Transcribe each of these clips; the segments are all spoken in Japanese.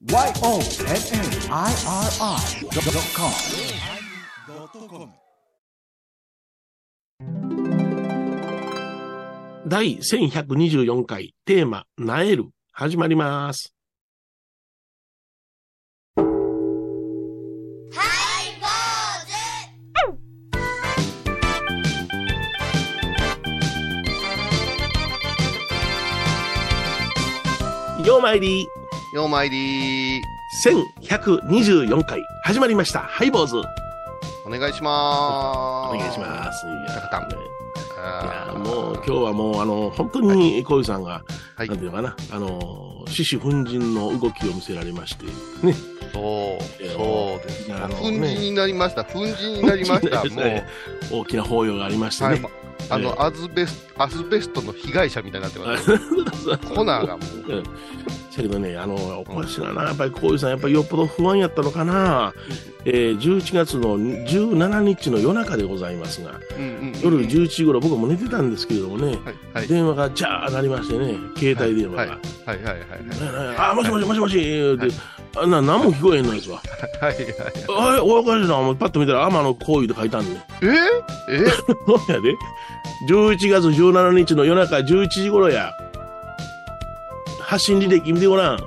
YONNIRI.com 第1124回テーマなえる始まります。ようまいりようまいり 1124回始まりました。ハイボーズお願いしまーす。 お願いします。いやもう今日はもう本当に小遊さんが、はい、なんていうのかな獅子奮迅の動きを見せられましてね。 そうですね。奮迅になりました。奮迅になりました。もう大きな抱擁がありましてね。 アスベストの被害者みたいになってます、ね。コナーがもう。 だけどね、おかしいな、やっぱりこういうさん、やっぱりよっぽど不安やったのかな。11月の17日の夜中でございますが、夜11時頃僕はもう寝てたんですけれどもね、電話がジャー鳴りましてね、携帯電話が。あ、もしもしもしもしって、何も聞こえへんのですわ。おかしいな、パッと見たら天野幸雄で書いたんね。そうやで。11月17日の夜中11時頃や。発信履歴見てごらん。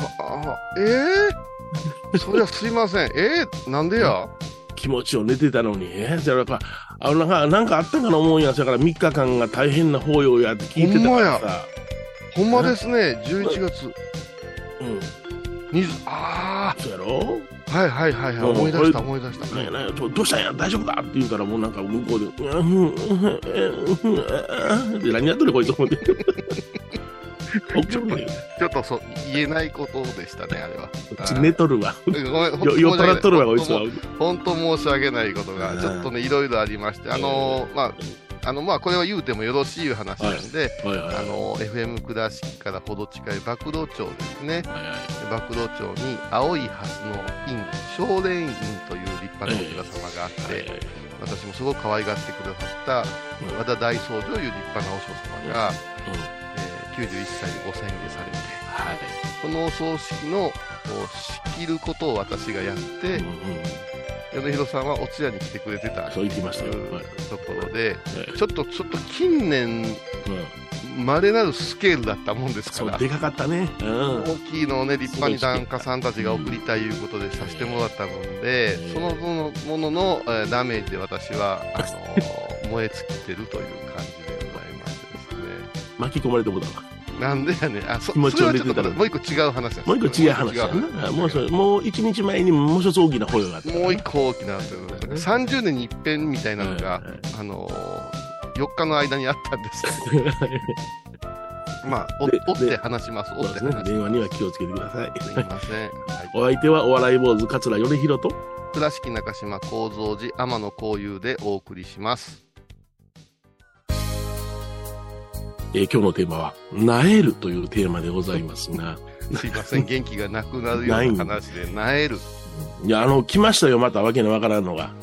そりゃすいません。なんでや。 気持ちを寝てたのに、じゃあやっぱなんかあったんかな思うんや。だから3日間が大変な抱擁やって聞いてたからさ。 ほんまですね。11月。 そうやろ。 はい思い出した。 どうしたんや大丈夫かって言うからもうなんか向こうでで何やっとるこいつ思って。 ちょっと言えないことでしたね、あれは。 寝とるわ。酔っ払っとるわ、こいつは。 本当申し訳ないことが、ちょっとね、いろいろありまして、これは言うてもよろしい話なんで、FM 倉敷からほど近い曝露町ですね。曝露町に青いハスの院、少蓮院という立派なお寺様があって、私もすごく可愛がってくださった和田大僧正という立派な和尚様が、91歳でご遷下されて、そのお葬式の仕切ることを私がやって、米広さんはお通夜に来てくれてたところで、ちょっと近年、稀なるスケールだったもんですから、 でかかったね、 大きいのをね、立派に檀家さんたちが送りたいいうことでさせてもらった分で、そのもののダメージで私は燃え尽きてるという感じでございましてですね。 巻き込まれてもだわ。 なんでやねん。 気持ちを入れてたらもう一個違う話です。 もう一個違う話だな。もう一日前にもう一つ大きな保養があった。 もう一個大きな30年に一遍みたいなのが4日の間にあったんですけど。追って話します。 電話には気をつけてください。 すみません。 お相手はお笑い坊主桂米広と倉敷中島幸三寺天野幸雄でお送りします。 今日のテーマはなえるというテーマでございますがすいません、元気がなくなるような話でなえる。 いや来ましたよ、またわけのわからんのが。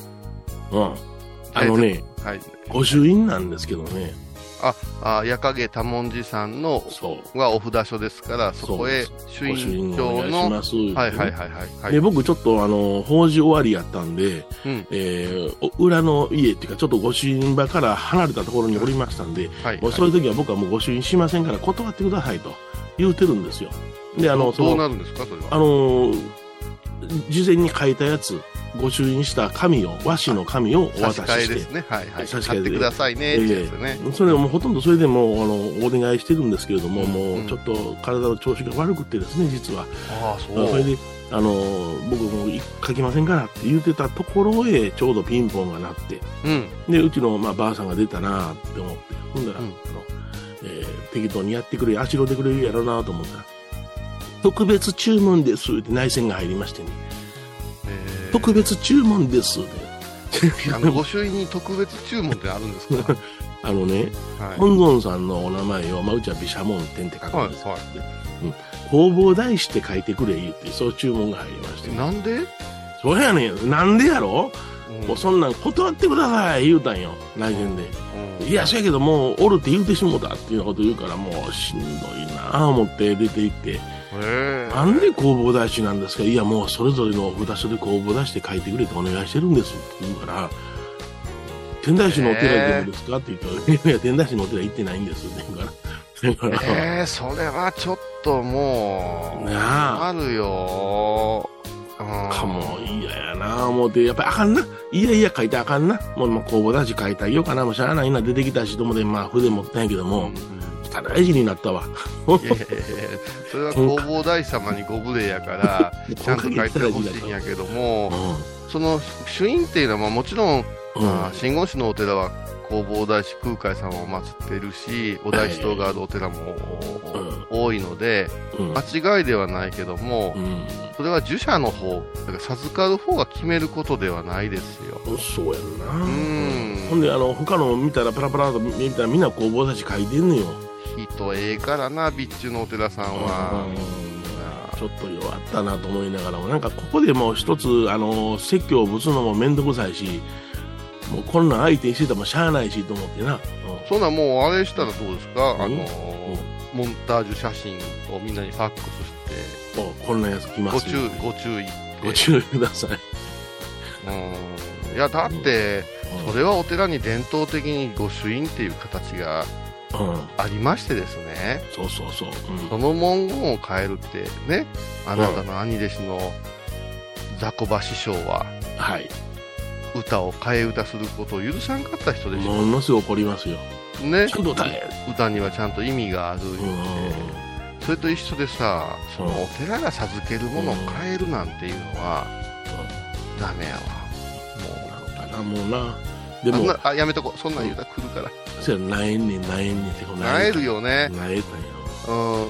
御朱印なんですけどね。 矢影多文字さんのはお札所ですから、そこへ朱印帳ので、僕ちょっと法事終わりやったんで、裏の家っていうかちょっと御朱印場から離れたところにおりましたんで、もうそういう時は僕はもう御朱印しませんから断ってくださいと言うてるんですよ。でどうなるんですかそれは。 事前に書いたやつ、御朱印した紙を、和紙の紙をお渡しして、 買ってくださいねってやつね。 それはもうほとんどそれでもお願いしてるんですけれども、もうちょっと体の調子が悪くってですね、実は。それで僕もう書きませんからって言ってたところへちょうどピンポンが鳴って、でうちのばあさんが出たなって思って、ほんだら適当にやってくれ、あしろでくれるやろうなと思ったら、特別注文ですって内線が入りましてね。特別注文です御朱印に特別注文ってあるんですか？ 本尊さんのお名前を、うちは毘沙門天って書くんですけど、弘法大師って書いてくれ言って、そう注文が入りまして、 なんで？ そうやねん。なんでやろ、もうそんなん断ってください言うたんよ、内戦で。いや、そうやけどもうおるって言うてしもたっていうこと言うから、もうしんどいなぁ思って出て行って、 なんで弘法大師なんですか。いや、もうそれぞれの札所で弘法大師で書いてくれてお願いしてるんですって言うから、天台宗のお寺でもですかって言ったら、いや、天台宗のお寺行ってないんですって言うから。 それはちょっともう、あるよ。 かも嫌やな思って、やっぱりあかんな。いや書いてあかんな。もう弘法大師書いてあげようかな。もうしゃあないな。出てきた人もで、まあ筆持ったんやけども、大事になったわ。 それは弘法大師様にご無礼やからちゃんと書いてほしいんやけども、その主因っていうのはもちろん、真言宗のお寺は弘法大師空海様を祀っているし、お大師塔があるお寺も多いので、間違いではないけども、それは儒者の方、だから授かる方が決めることではないですよ。 そうやんな。ほんで他の見たらパラパラと見たらみんな弘法大師書いてんのよ。 人ええからな、備中のお寺さんは。 ちょっと弱ったなと思いながらも、なんかここでもう一つ説教をぶつのもめんどくさいし、もうこんなん相手にしてたらもしゃあないしと思ってな。 そんなもうあれしたらどうですか、モンタージュ写真をみんなにファックスして、 こんなやつ来ますよ、 ご注意ください。 いやだってそれはお寺に伝統的に御朱印っていう形がありましてですね、その文言を変えるってね、あなたの兄弟子の雑魚場師匠は、歌を替え歌することを許さんかった人でしょ。 ものすごく怒りますよね。 歌にはちゃんと意味がある。それと一緒でさ、そのお寺が授けるものを変えるなんていうのはダメやわ。 もうな。でもやめとこ、そんなん言うたら来るから。 そうや、なえんねんってなえるよね。 なえたんよ。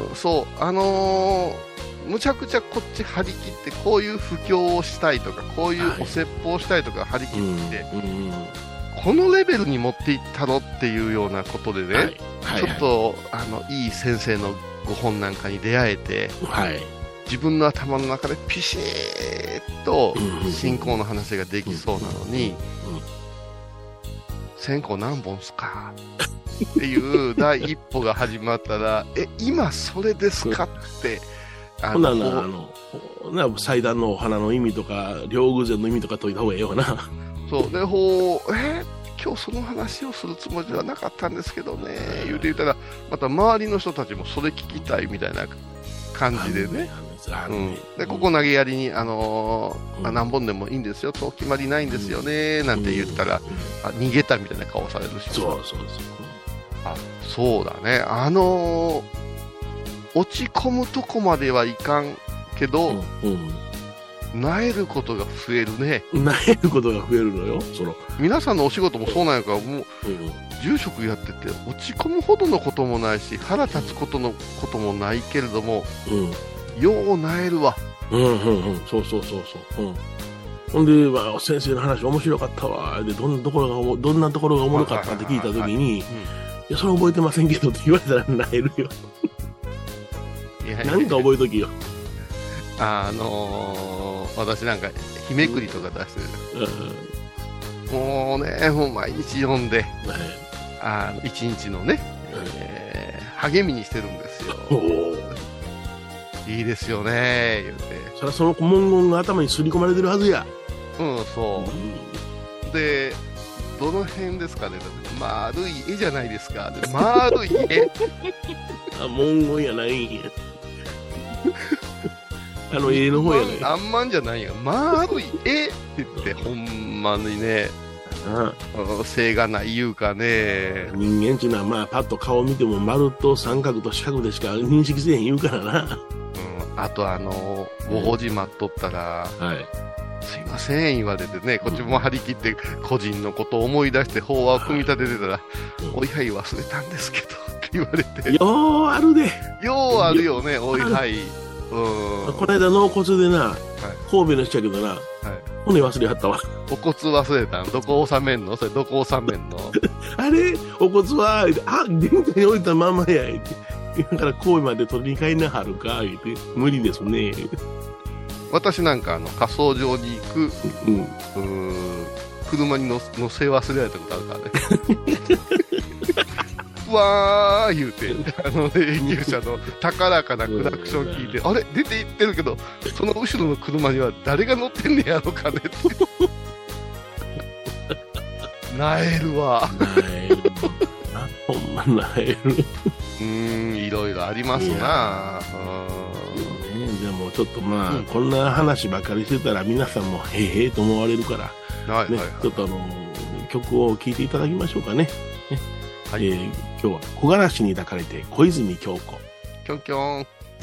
そうむちゃくちゃこっち張り切ってこういう布教をしたいとかこういうお説法をしたいとか張り切って、このレベルに持っていったのっていうようなことでね、ちょっといい先生のご本なんかに出会えて、自分の頭の中でピシーッと信仰の話ができそうなのに、線香何本すかっていう第一歩が始まったら今それですかってほな祭壇のお花の意味とか両宮前の意味とか解いた方がいいよな。 そうで今日その話をするつもりではなかったんですけどね言ったら、また周りの人たちもそれ聞きたいみたいな感じでね、でここ投げやりに何本でもいいんですよと決まりないんですよねなんて言ったら、逃げたみたいな顔されるし、そうだね、落ち込むとこまではいかんけど、なえることが増えるね。 なえることが増えるのよ。 皆さんのお仕事もそうなんやから、もう、住職やってて落ち込むほどのこともないし腹立つことのこともないけれども、ようなえるわ。 そう。ほんで、先生の話面白かったわ。で、どんなところがおもろかったって聞いたときに、いや、それ覚えてませんけどって言われたらなえるよ。何か覚えときよ。 私なんか日めくりとか出してる、もうね、もう毎日読んで、一日のね、励みにしてるんですよ。いいですよね言うて、 その文言が頭に刷り込まれてるはずや。 でどの辺ですかね、丸い絵じゃないですか、丸い絵文言やないんや絵の方やね。 あんまんじゃないや、丸い絵って言ってほんまにね、性がないいうかね。 人間っていうのはパッと顔見ても丸と三角と四角でしか認識せえへん言うからな。 あとご法事待っとったら、すいません言われてね、こっちも張り切って個人のことを思い出して法話を組み立ててたら、おいはい忘れたんですけどって言われて、 ようあるで。 ようあるよね、おいはい。 この間納骨でな、神戸の人やけどな、骨忘れはったわ。 お骨忘れたん、どこ収めんのそれ、どこ収めんのあれお骨は玄関に置いたままやだから神戸まで取りに帰んなはるか言って無理ですね。 私なんか火葬場に行く、車に乗せ忘れられたことあるからねふわー言うて、霊柩車の高らかなクラクション聞いて、あれ出て行ってるけど、その後ろの車には誰が乗ってんねやろかねって。なえるわ。 なえる。ほんまなえる。 いろいろありますな。 でもちょっとまあ、こんな話ばかりしてたら皆さんもへーへーと思われるから、ちょっと曲を聴いていただきましょうかね。今日は木枯らしに抱かれて小泉今日子。 キョンキョン。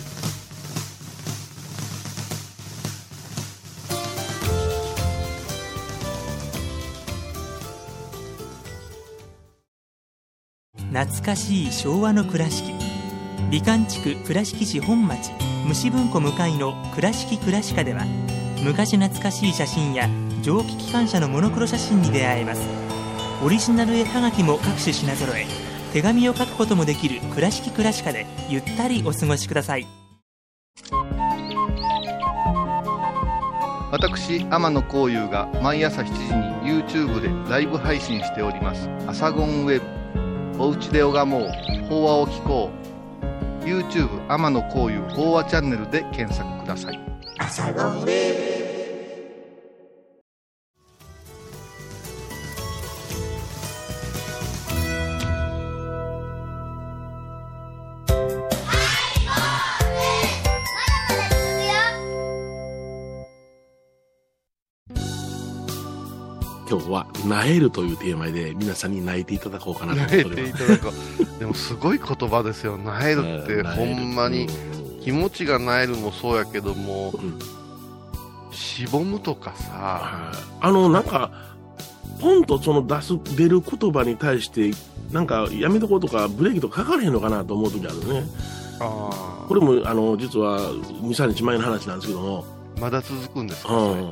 懐かしい昭和の倉敷、美観地区倉敷市本町虫文庫向かいの倉敷倉歯科では、昔懐かしい写真や蒸気機関車のモノクロ写真に出会えます。オリジナル絵はがきも各種品揃え、手紙を書くこともできる倉敷倉歯科でゆったりお過ごしください。 私天野幸雄が毎朝7時に YouTube でライブ配信しておりますアサゴンウェブ、おうちで拝もう法話を聞こう、 YouTube 天野幸雄法話チャンネルで検索ください。アサゴンウェブ。 今日はなえるというテーマで皆さんに泣いていただこうかなと思っております。 泣いていただこう。でもすごい言葉ですよ。なえるってほんまに気持ちがなえるもそうやけども、しぼむとかさ、 なんかポンと出る言葉に対してなんかやめとこうとかブレーキとかかかれへんのかなと思う時あるね。これも実は 2,3 日前の話なんですけども、 まだ続くんですか？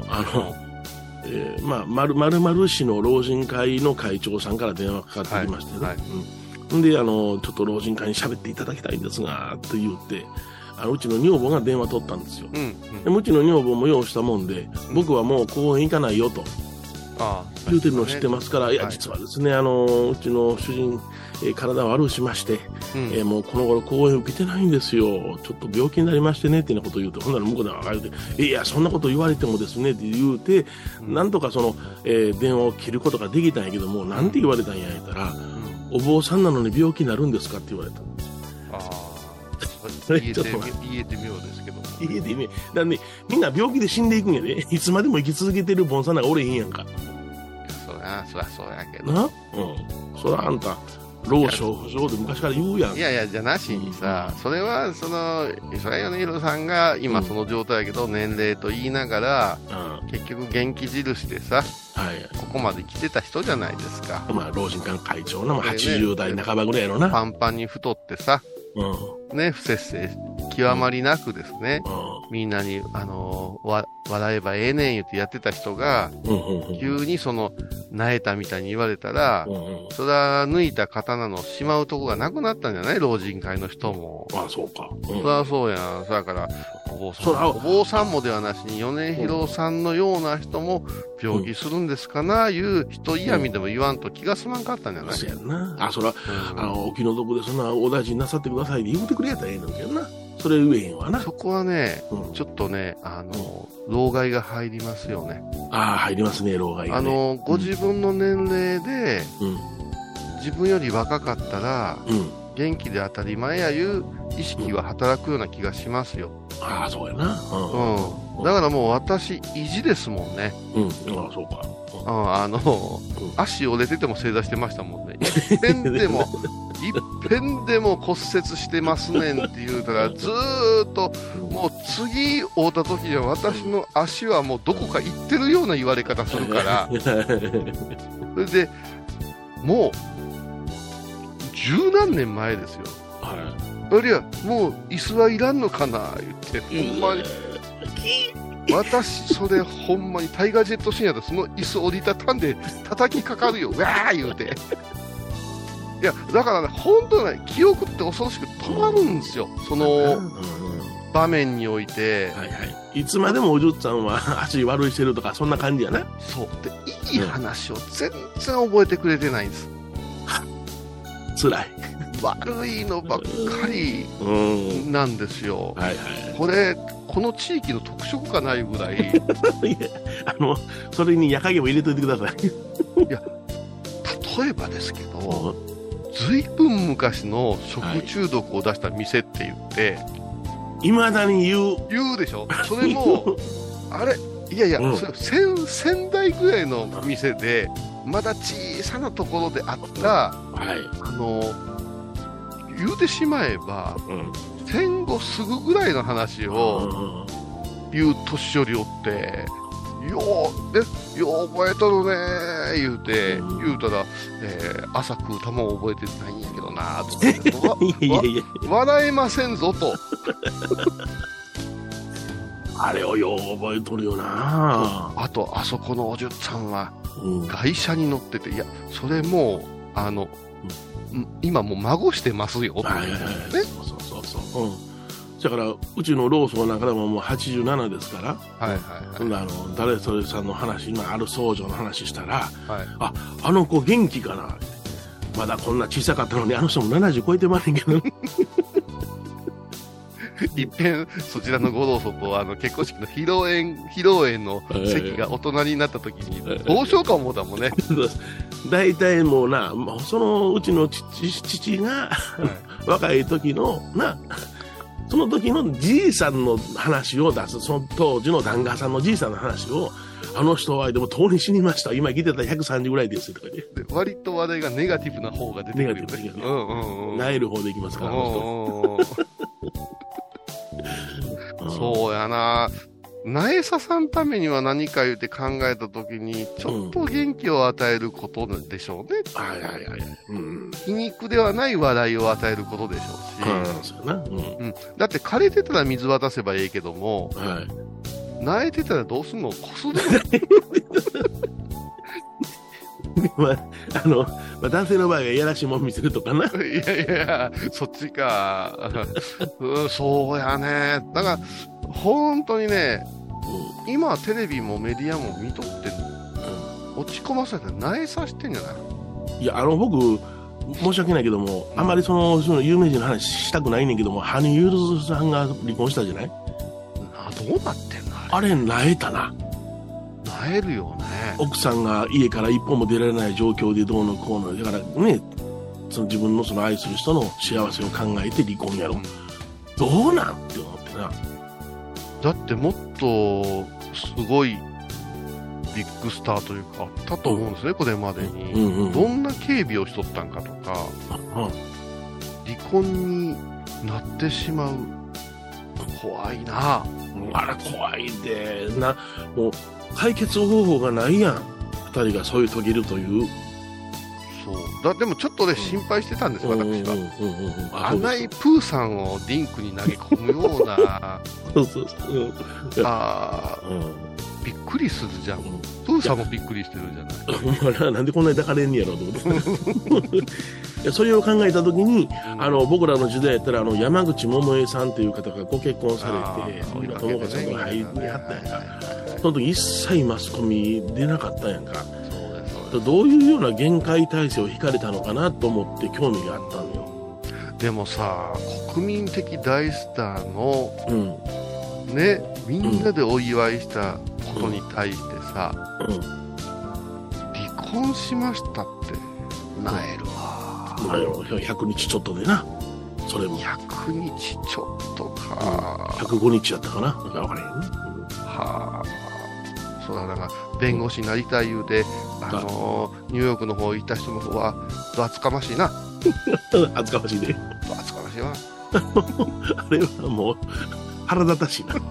〇市の老人会の会長さんから電話かかってきましてね、でちょっと老人会に喋っていただきたいんですがと言ってうちの女房が電話取ったんですよ。でうちの女房も用意したもんで、僕はもう公園行かないよと言うてるのを知ってますから、いや実はですね、うちの主人、体を悪くしまして、もうこの頃公園受けてないんですよ、ちょっと病気になりましてねってなことを言うて、ほんなら向こうでは言うて、いやそんなこと言われてもですねって言うて、なんとか電話を切ることができたんやけども、なんて言われたんや言ったら、お坊さんなのに病気になるんですかって言われた。 言えてみようですけど、 言えてみようだ、ね、みんな病気で死んでいくんやで、いつまでも生き続けてるボンさんなんかおれへんやんか。 そりゃそうやけどな、そらあんた老少不祥で昔から言うやん。 いやじゃなしにさ、それはそれは米広さんが今その状態やけど、年齢と言いながら、結局元気印でさ、ここまで来てた人じゃないですか。 老人会の会長の80代半ばぐらいやろな。 パンパンに太ってさ、不節制極まりなくですね、みんなに笑えばええねん言ってやってた人が、急になえたみたいに言われたら、それは抜いた刀のしまうとこがなくなったんじゃない？老人会の人も。 そうか。 そりゃそうやん。だからお坊さんもではなしに米広さんのような人も病気するんですかないう人嫌味でも言わんと気が済まんかったんじゃない？ そうやんな。そらお気の毒でそんなお大事になさってくださいって言うてくれやったらええのにけどな。それ言えへんわな。 そこはね、ちょっとね、老害が入りますよね。 入りますね、老害がね。 ご自分の年齢で、自分より若かったら、元気で当たり前やいう意識は働くような気がしますよ。 そうやな。 だからもう私、意地ですもんね。 そうか。 足折れてても正座してましたもんね。一遍でも骨折してますねんって言うたら、ずーっともう次会うた時には私の足はもうどこか行ってるような言われ方するからそれでもう十何年前ですよ。あるいはもう椅子はいらんのかな言って、ほんまに私それほんまにタイガージェットシーンやとその椅子折りたたんで叩きかかるよ、わー言うて。いやだからね、本当ね、記憶って恐ろしく止まるんですよ、その場面において。 いつまでもおじゅっちゃんは足悪いしてるとかそんな感じやな。 そうで、いい話を全然覚えてくれてないんです。 辛い悪いのばっかりなんですよ。 はいはい。 この地域の特色かないぐらい。 それに夜影も入れといてください。 いや、例えばですけど、ずいぶん昔の食中毒を出した店って言って、 いまだに言うでしょ。それもあれ、いやいや、それ1000台ぐらいの店でまだ小さなところであった、言うてしまえば、戦後すぐぐらいの話を言う年寄りおって、よう覚えとるねー言うたら、朝食うたもん覚えてないんやけどなーと笑えませんぞと。 あれをよう覚えとるよな。 あと、あそこのおじゅっさんは外車に乗ってて、いや、それも今もう孫してますよ。そう。だからうちのローソンなんかでももう87ですから、誰それさんの話、今ある僧侶の話したら、あの子元気かな、まだこんな小さかったのにあの人も70超えてませんけどいっぺんそちらのご老祖と結婚式の披露宴の席が大人になった時にどうしようか思ったもんね。 大体もうな、そのうちの父が若い時のその時のじいさんの話を出す、その当時の檀家さんのじいさんの話を、あの人はでもとうに死にました、今生きてたら130ぐらいですとかね。 割と話題がネガティブな方が出てくるよね。 なえる方でいきますから、 そうやな。なえささんためには何か言って考えたときに、ちょっと元気を与えることでしょうね。皮肉ではない話題を与えることでしょうし。だって枯れてたら水渡せばいいけども、泣いてたらどうすんの？こするの男性の場合はやらしいもん見せるとかな。 いや、そっちか。そうやね。だから、本当にね、今テレビもメディアも見とって、落ち込ませて萎えさせてんじゃない？ いや、僕、申し訳ないけども、あんまりその有名人の話したくないねんけども、羽生結弦さんが離婚したじゃない？ どうなってんのあれ、萎えたな。 萎えるよね。 奥さんが家から一歩も出られない状況でどうのこうの、だからね、その自分のその愛する人の幸せを考えて離婚やろ。どうなんって思ってな。 だってもっとすごいビッグスターというかあったと思うんですね、これまでに。どんな警備をしとったんかとか、離婚になってしまう。怖いな。 あら、怖いでな。もう解決方法がないやん、二人がそういう遂げるという。 そうでもちょっとね、心配してたんです、私は。あないプーさんをリンクに投げ込むようなびっくりするじゃん。プーさんもびっくりしてるじゃない。 お前なんでこんなに抱かれんねやろと思ってそれを考えたときに、僕らの時代やったら山口百恵さんという方がご結婚されて、三浦友和さんが入りはったやんか。その時一切マスコミ出なかったやんか。どういうような限界体制を引かれたのかなと思って興味があったのよ。 でもさ、国民的大スターの、ね、みんなでお祝いしたことに対してさ、離婚しましたってなえるわ。 100日ちょっとでな。それも 100日ちょっとか、 105日やったかな。分からへん。 そうだから弁護士になりたい言うて、ニューヨークの方行った人の方は厚かましいな。 厚かましいね。 厚かましいわ。 あれはもう腹立たしいな。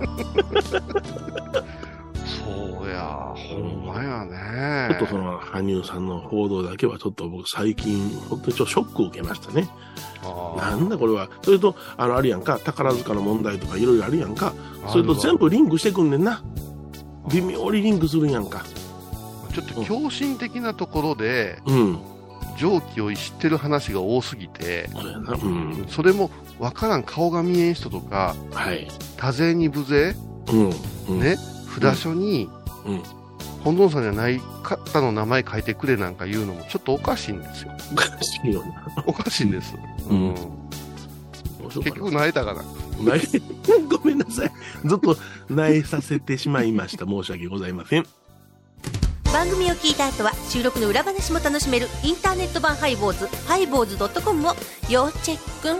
そうや、ほんまやね。 ちょっとその羽生さんの報道だけはちょっと僕最近本当にちょっとショックを受けましたね。なんだこれは。それとあるやんか、宝塚の問題とかいろいろあるやんか。それと全部リンクしてくんねんな。微妙にリンクするんやんか。 ちょっと狂信的なところで、常軌を逸ってる話が多すぎて、それも分からん、顔が見えん人とか、多勢に無勢、ね、札所に、本尊さんじゃない方の名前書いてくれなんか言うのもちょっとおかしいんですよ。 おかしいよな。 おかしいんです。 結局萎えたかな。 ごめんなさい。ずっと萎えさせてしまいました。申し訳ございません。 番組を聞いた後は収録の裏話も楽しめるインターネット版ハイボーズ、ハイボーズ.com を要チェック。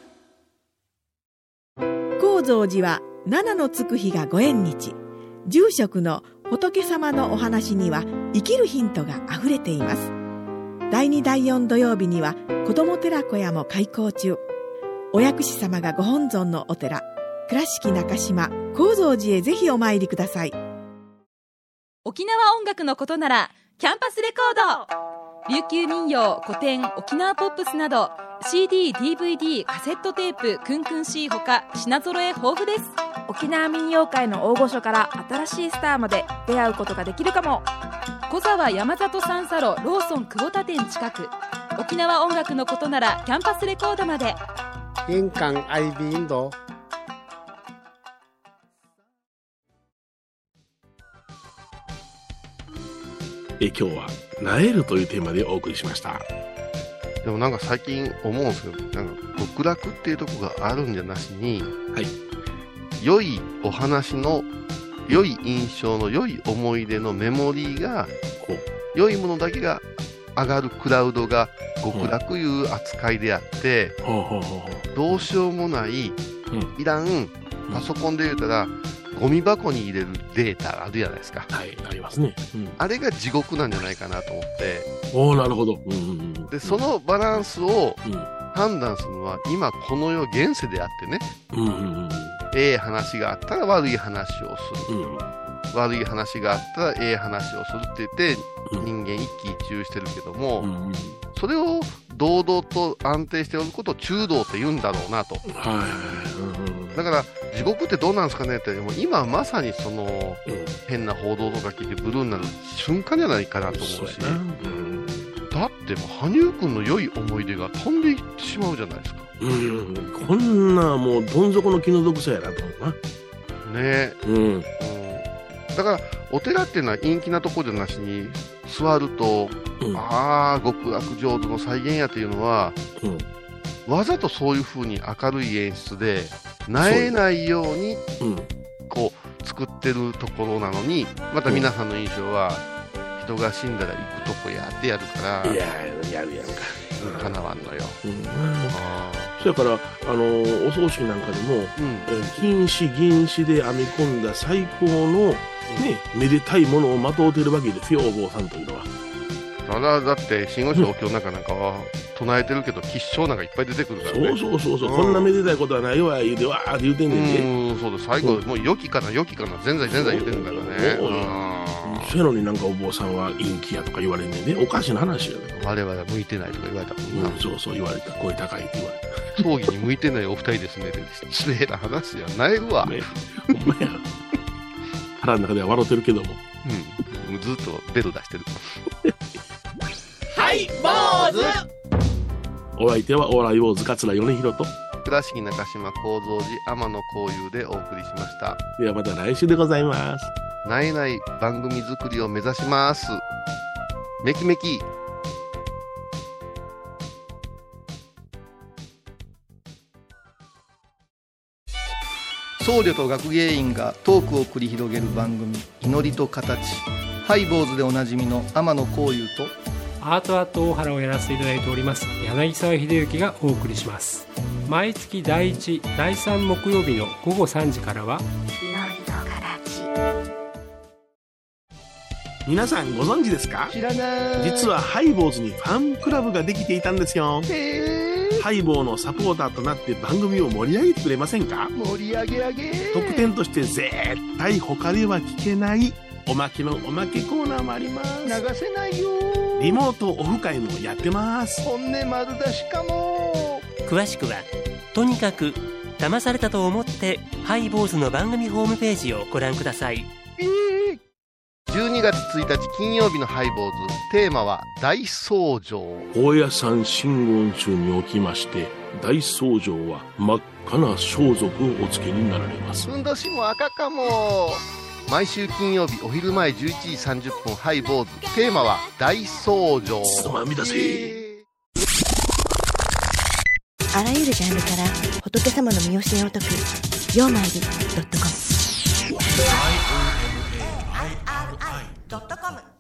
高蔵寺は七のつく日がご縁日。住職の仏様のお話には生きるヒントがあふれています。第2第4土曜日には子ども寺小屋も開校中。お薬師様がご本尊のお寺、倉敷中島・高蔵寺へぜひお参りください。 沖縄音楽のことならキャンパスレコード。琉球民謡、古典、沖縄ポップスなど CD、DVD、カセットテープ、クンクン C ほか品揃え豊富です。 沖縄民謡界の大御所から新しいスターまで出会うことができるかも。小沢山里三佐路ローソン久保田店近く。沖縄音楽のことならキャンパスレコードまで。 印港 IB インド。 今日はなえるというテーマでお送りしました。 でもなんか最近思うんですけど、なんか極楽っていうとこがあるんじゃなしに、はい、良いお話の良い印象の良い思い出のメモリーが良いものだけが上がるクラウドが極楽いう扱いであって、どうしようもないいらんパソコンで言うたらゴミ箱に入れるデータあるじゃないですか。 はい、ありますね。 あれが地獄なんじゃないかなと思って。 なるほど。 で、そのバランスを判断するのは今この世現世であってね。話があったら悪い話をする。悪い話があったら話をするって言って人間一喜一憂してるけども、それを堂々と安定しておることを中道って言うんだろうなと。だから地獄ってどうなんですかねって、もう今まさにその、変な報道とか聞いてブルーになる瞬間じゃないかなと思うし、だってもう羽生くんの良い思い出が飛んでいってしまうじゃないですか。 こんなもうどん底の気の毒さやなと思うな。 ねえ。だからお寺っていうのは陰気なところじゃなしに座ると、極楽浄土の再現やというのは、わざとそういう風に明るい演出でなえないようにこう作ってるところなのに、また皆さんの印象は人が死んだら行くとこやってやるから、 やるやんか、 かなわんのよ。 そやからお葬式なんかでも、金糸銀糸で編み込んだ最高のめでたいものをまとうてるわけですよ、お坊さんというのは。 だって真言宗お経の中なんかは唱えてるけど吉祥なんかいっぱい出てくるからね。 そう、こんなめでたいことはないわ言うてわーって言うてんねんで。 そうだ、最後もう良きかな全然言うてるからね。 そうやのになんかお坊さんは陰気やとか言われんねんで、おかしな話やね。 我々は向いてないとか言われたもんな。 そう言われた。声高いって言われた。 葬儀に向いてないお二人ですね。失礼な話や。なえるわ。 ほんまや。腹の中では笑ってるけども。 ずっとベル出してる。 はい、坊主。 お相手はお笑い坊主桂米広と倉敷中島幸三寺天野幸雄でお送りしました。 ではまた来週でございます。 なえない番組作りを目指します。めきめき。 僧侶と学芸員がトークを繰り広げる番組、祈りと形。ハイボーズでおなじみの天野幸雄とアート大原をやらせていただいております柳沢秀幸がお送りします。毎月第1、第3木曜日の午後3時からは祈りと形。 皆さんご存知ですか？ 知らない。 実はハイボーズにファンクラブができていたんですよ。ハイボーのサポーターとなって番組を盛り上げてくれませんか？ 盛り上げ特典として絶対他では聞けないおまけのおまけコーナーもあります。 流せないよ。 リモートオフ会もやってます。 本音丸出しかも。 詳しくはとにかく騙されたと思ってハイボーズの番組ホームページをご覧ください。 12月1日金曜日のハイボーズ、テーマは大僧正。 高野山真言宗におきまして大僧正は真っ赤な装束をお付けになられます。 ふんどしも赤かも。毎週金曜日お昼前11時30分ハイボーズ、テーマは大僧正。 つまみだせ。 あらゆるジャンルから仏様の身教えを説く曜マイル.com。 IRI.com